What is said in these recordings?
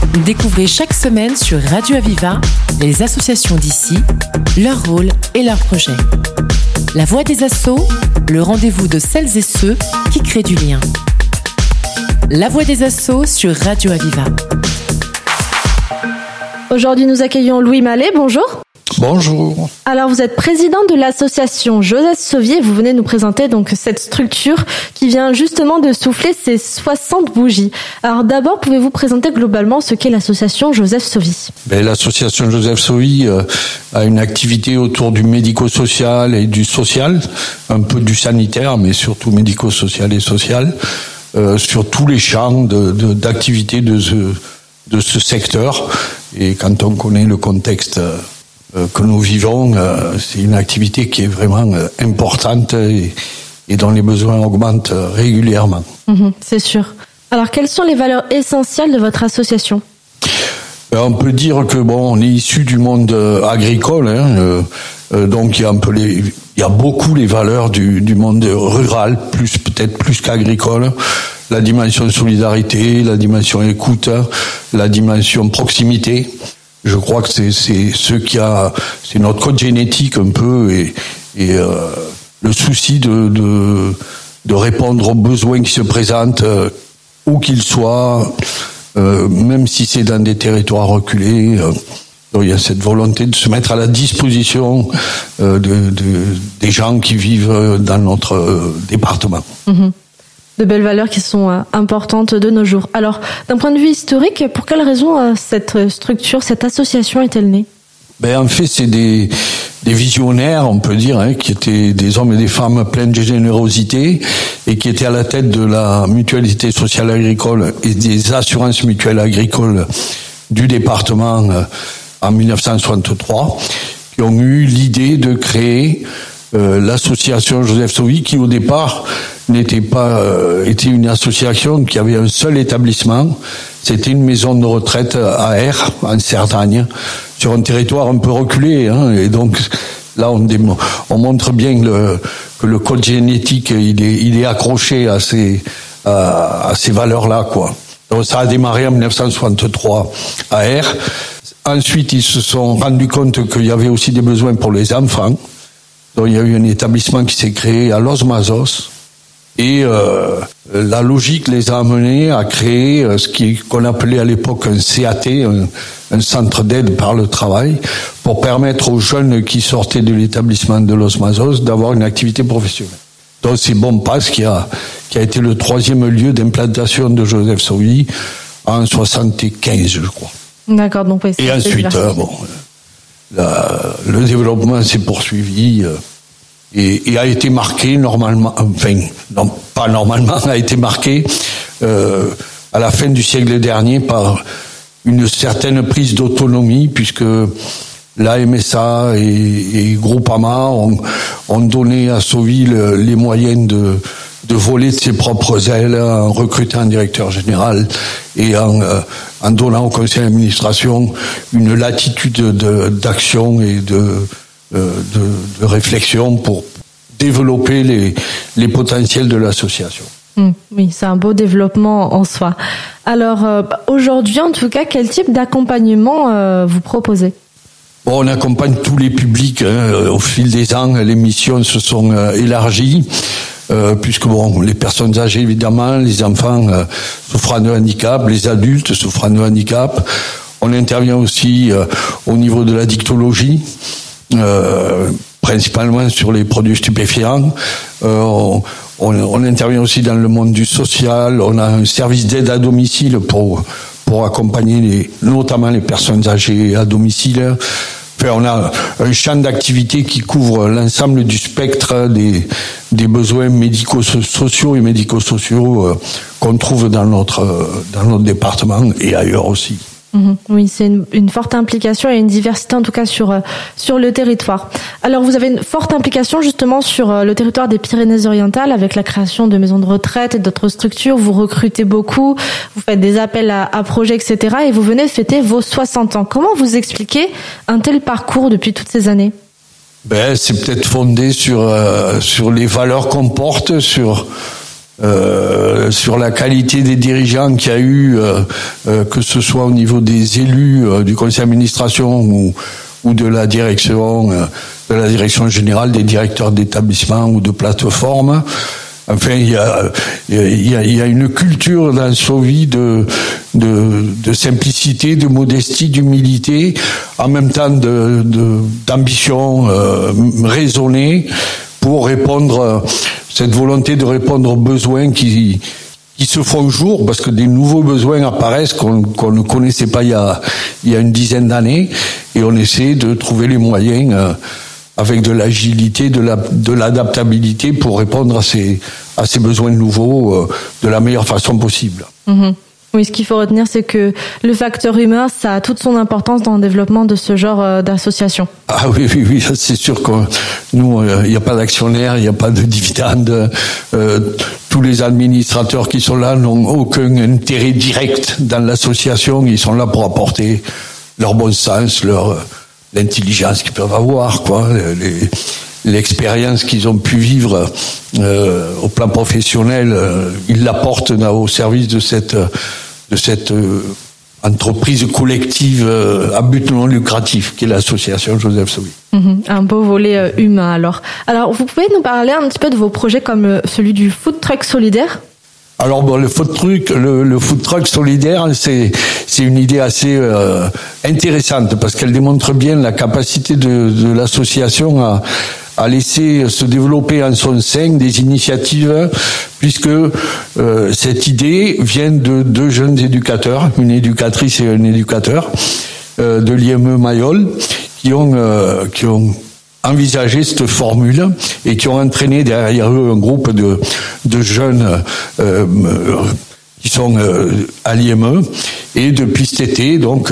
Découvrez chaque semaine sur Radio Aviva les associations d'ici, leur rôle et leurs projets. La Voix des Assos, le rendez-vous de celles et ceux qui créent du lien. La Voix des Assos sur Radio Aviva. Aujourd'hui, nous accueillons Louis Mallet. Bonjour. Bonjour. Alors, vous êtes président de l'association Joseph Sauvy et vous venez nous présenter donc cette structure qui vient justement de souffler ses 60 bougies. Alors d'abord, pouvez-vous présenter globalement ce qu'est l'association Joseph Sauvy ? L'association Joseph Sauvy a une activité autour du médico-social et du social, un peu du sanitaire, mais surtout médico-social et social, sur tous les champs d'activité de ce secteur. Et quand on connaît le contexte que nous vivons, c'est une activité qui est vraiment importante et dont les besoins augmentent régulièrement. C'est sûr. Alors, quelles sont les valeurs essentielles de votre association ? On peut dire que on est issu du monde agricole, donc il y a beaucoup les valeurs du monde rural, peut-être plus qu'agricole. La dimension solidarité, la dimension écoute, la dimension proximité. Je crois que c'est c'est notre code génétique un peu et le souci de répondre aux besoins qui se présentent où qu'ils soient, même si c'est dans des territoires reculés. Donc il y a cette volonté de se mettre à la disposition des gens qui vivent dans notre département. De belles valeurs qui sont importantes de nos jours. Alors, d'un point de vue historique, pour quelle raison cette structure, cette association est-elle née ? En fait, c'est des visionnaires, on peut dire, qui étaient des hommes et des femmes pleins de générosité et qui étaient à la tête de la mutualité sociale agricole et des assurances mutuelles agricoles du département en 1963, qui ont eu l'idée de créer l'association Joseph Sauvy, qui au départ était une association qui avait un seul établissement. C'était une maison de retraite à Aire, en Cerdagne, sur un territoire un peu reculé. Et donc là, on montre bien que le code génétique, il est accroché à ces valeurs-là, quoi. Donc ça a démarré en 1963 à Aire. Ensuite, ils se sont rendus compte qu'il y avait aussi des besoins pour les enfants. Donc il y a eu un établissement qui s'est créé à Los Mazos. Et la logique les a amenés à créer qu'on appelait à l'époque un CAT, un centre d'aide par le travail, pour permettre aux jeunes qui sortaient de l'établissement de Los Mazos d'avoir une activité professionnelle. Donc c'est Bompas qui a été le 3e lieu d'implantation de Joseph Sauvy en 75, je crois. D'accord, donc oui. Et ensuite, le développement s'est poursuivi. Et a été marqué normalement, a été marqué à la fin du siècle dernier par une certaine prise d'autonomie, puisque la MSA et Groupama ont donné à Sauvy les moyens de voler de ses propres ailes en recrutant un directeur général et en donnant au conseil d'administration une latitude d'action et de réflexion pour développer les potentiels de l'association. Oui, c'est un beau développement en soi. Alors, aujourd'hui, en tout cas, quel type d'accompagnement vous proposez ? On accompagne tous les publics. Au fil des ans, les missions se sont élargies, puisque les personnes âgées, évidemment, les enfants souffrant de handicap, les adultes souffrant de handicap. On intervient aussi au niveau de l'addictologie, principalement sur les produits stupéfiants. On intervient aussi dans le monde du social. On a un service d'aide à domicile pour accompagner notamment les personnes âgées à domicile. Enfin, on a un champ d'activité qui couvre l'ensemble du spectre des besoins médico-sociaux et médico-sociaux qu'on trouve dans notre département et ailleurs aussi. Oui, c'est une forte implication et une diversité en tout cas sur le territoire. Alors vous avez une forte implication justement sur le territoire des Pyrénées-Orientales avec la création de maisons de retraite et d'autres structures. Vous recrutez beaucoup, vous faites des appels à projets, etc. Et vous venez de fêter vos 60 ans. Comment vous expliquez un tel parcours depuis toutes ces années ? C'est peut-être fondé sur les valeurs qu'on porte, sur sur la qualité des dirigeants qu'il y a eu, que ce soit au niveau des élus du conseil d'administration ou de la direction générale, des directeurs d'établissement ou de plateforme. Enfin, il y a une culture dans Sovi de simplicité, de modestie, d'humilité, en même temps d'ambition raisonnée pour répondre, cette volonté de répondre aux besoins qui se font jour, parce que des nouveaux besoins apparaissent qu'on ne connaissait pas il y a une dizaine d'années, et on essaie de trouver les moyens avec de l'agilité, de l'adaptabilité pour répondre à ces besoins nouveaux de la meilleure façon possible. Mmh. Oui, ce qu'il faut retenir, c'est que le facteur humain, ça a toute son importance dans le développement de ce genre d'association. Ah oui, c'est sûr que nous, il n'y a pas d'actionnaire, il n'y a pas de dividende. Tous les administrateurs qui sont là n'ont aucun intérêt direct dans l'association. Ils sont là pour apporter leur bon sens, l'intelligence qu'ils peuvent avoir, l'expérience qu'ils ont pu vivre au plan professionnel, ils l'apportent au service de cette entreprise collective à but non lucratif qui est l'association Joseph Sauvy. Un beau volet humain alors. Alors vous pouvez nous parler un petit peu de vos projets comme celui du food truck solidaire ? Alors le food truck solidaire, c'est une idée assez intéressante parce qu'elle démontre bien la capacité de l'association à laisser se développer en son sein des initiatives, puisque cette idée vient de deux jeunes éducateurs, une éducatrice et un éducateur de l'IME Mayol, qui ont envisagé cette formule et qui ont entraîné derrière eux un groupe de jeunes qui sont à l'IME. Et depuis cet été, donc,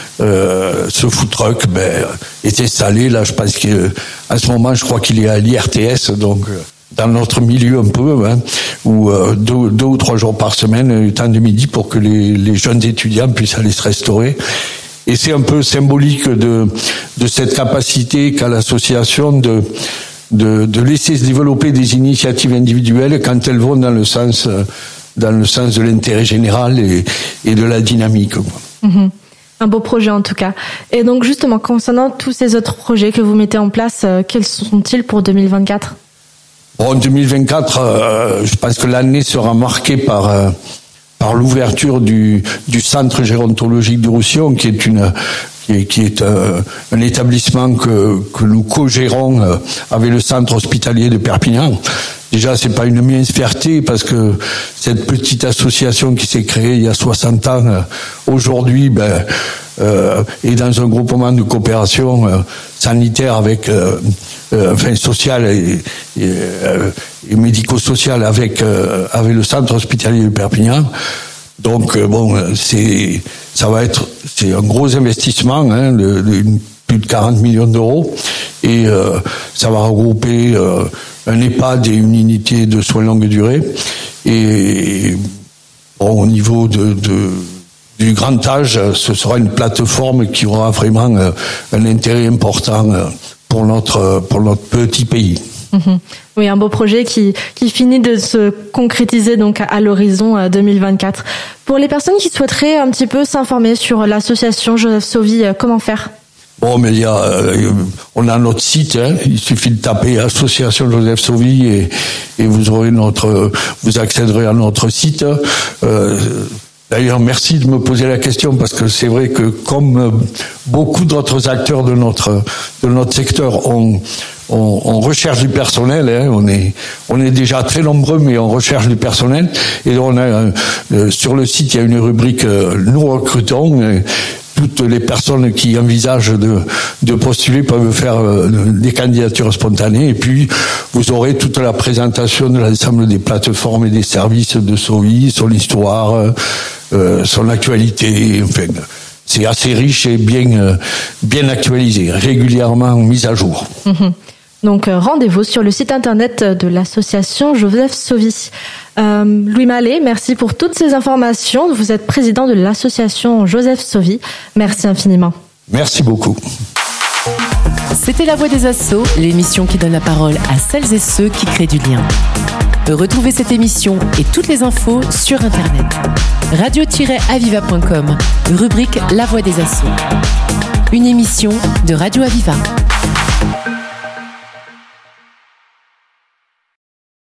ce food truck est installé. Là, je pense qu'à ce moment, je crois qu'il est à l'IRTS, donc dans notre milieu un peu, où 2 ou 3 jours par semaine, temps de midi, pour que les jeunes étudiants puissent aller se restaurer. Et c'est un peu symbolique de cette capacité qu'a l'association de laisser se développer des initiatives individuelles quand elles vont dans le sens de l'intérêt général et de la dynamique. Un beau projet en tout cas. Et donc justement, concernant tous ces autres projets que vous mettez en place, quels sont-ils pour 2024 ? En 2024, je pense que l'année sera marquée par l'ouverture du centre gérontologique de Roussillon, qui est un établissement que nous co-gérons avec le centre hospitalier de Perpignan. Déjà, c'est pas une mince fierté parce que cette petite association qui s'est créée il y a 60 ans, aujourd'hui, est dans un groupement de coopération sanitaire avec, sociale et médico-sociale avec le centre hospitalier de Perpignan. Donc, c'est un gros investissement, plus de 40 millions d'euros, et ça va regrouper un EHPAD et une unité de soins longue durée. Et au niveau du grand âge, ce sera une plateforme qui aura vraiment un intérêt important pour notre petit pays. Oui, un beau projet qui finit de se concrétiser donc à l'horizon 2024. Pour les personnes qui souhaiteraient un petit peu s'informer sur l'association Joseph Sauvy, comment faire ? Bon, mais on a notre site, il suffit de taper Association Joseph Sauvy et vous accéderez à notre site. D'ailleurs, merci de me poser la question parce que c'est vrai que comme beaucoup d'autres acteurs de notre secteur, on recherche du personnel, on est déjà très nombreux, mais on recherche du personnel. Et on a sur le site, il y a une rubrique nous recrutons. Toutes les personnes qui envisagent de postuler peuvent faire des candidatures spontanées. Et puis, vous aurez toute la présentation de l'ensemble des plateformes et des services de Sauvy, son histoire, son actualité. Enfin, c'est assez riche et bien actualisé, régulièrement mis à jour. Donc, rendez-vous sur le site internet de l'association Joseph Sauvy. Louis Mallet, merci pour toutes ces informations. Vous êtes président de l'association Joseph Sauvy. Merci infiniment. Merci beaucoup. C'était La Voix des Assos, l'émission qui donne la parole à celles et ceux qui créent du lien. Retrouvez cette émission et toutes les infos sur Internet. radio-aviva.com, rubrique La Voix des Assos. Une émission de Radio Aviva.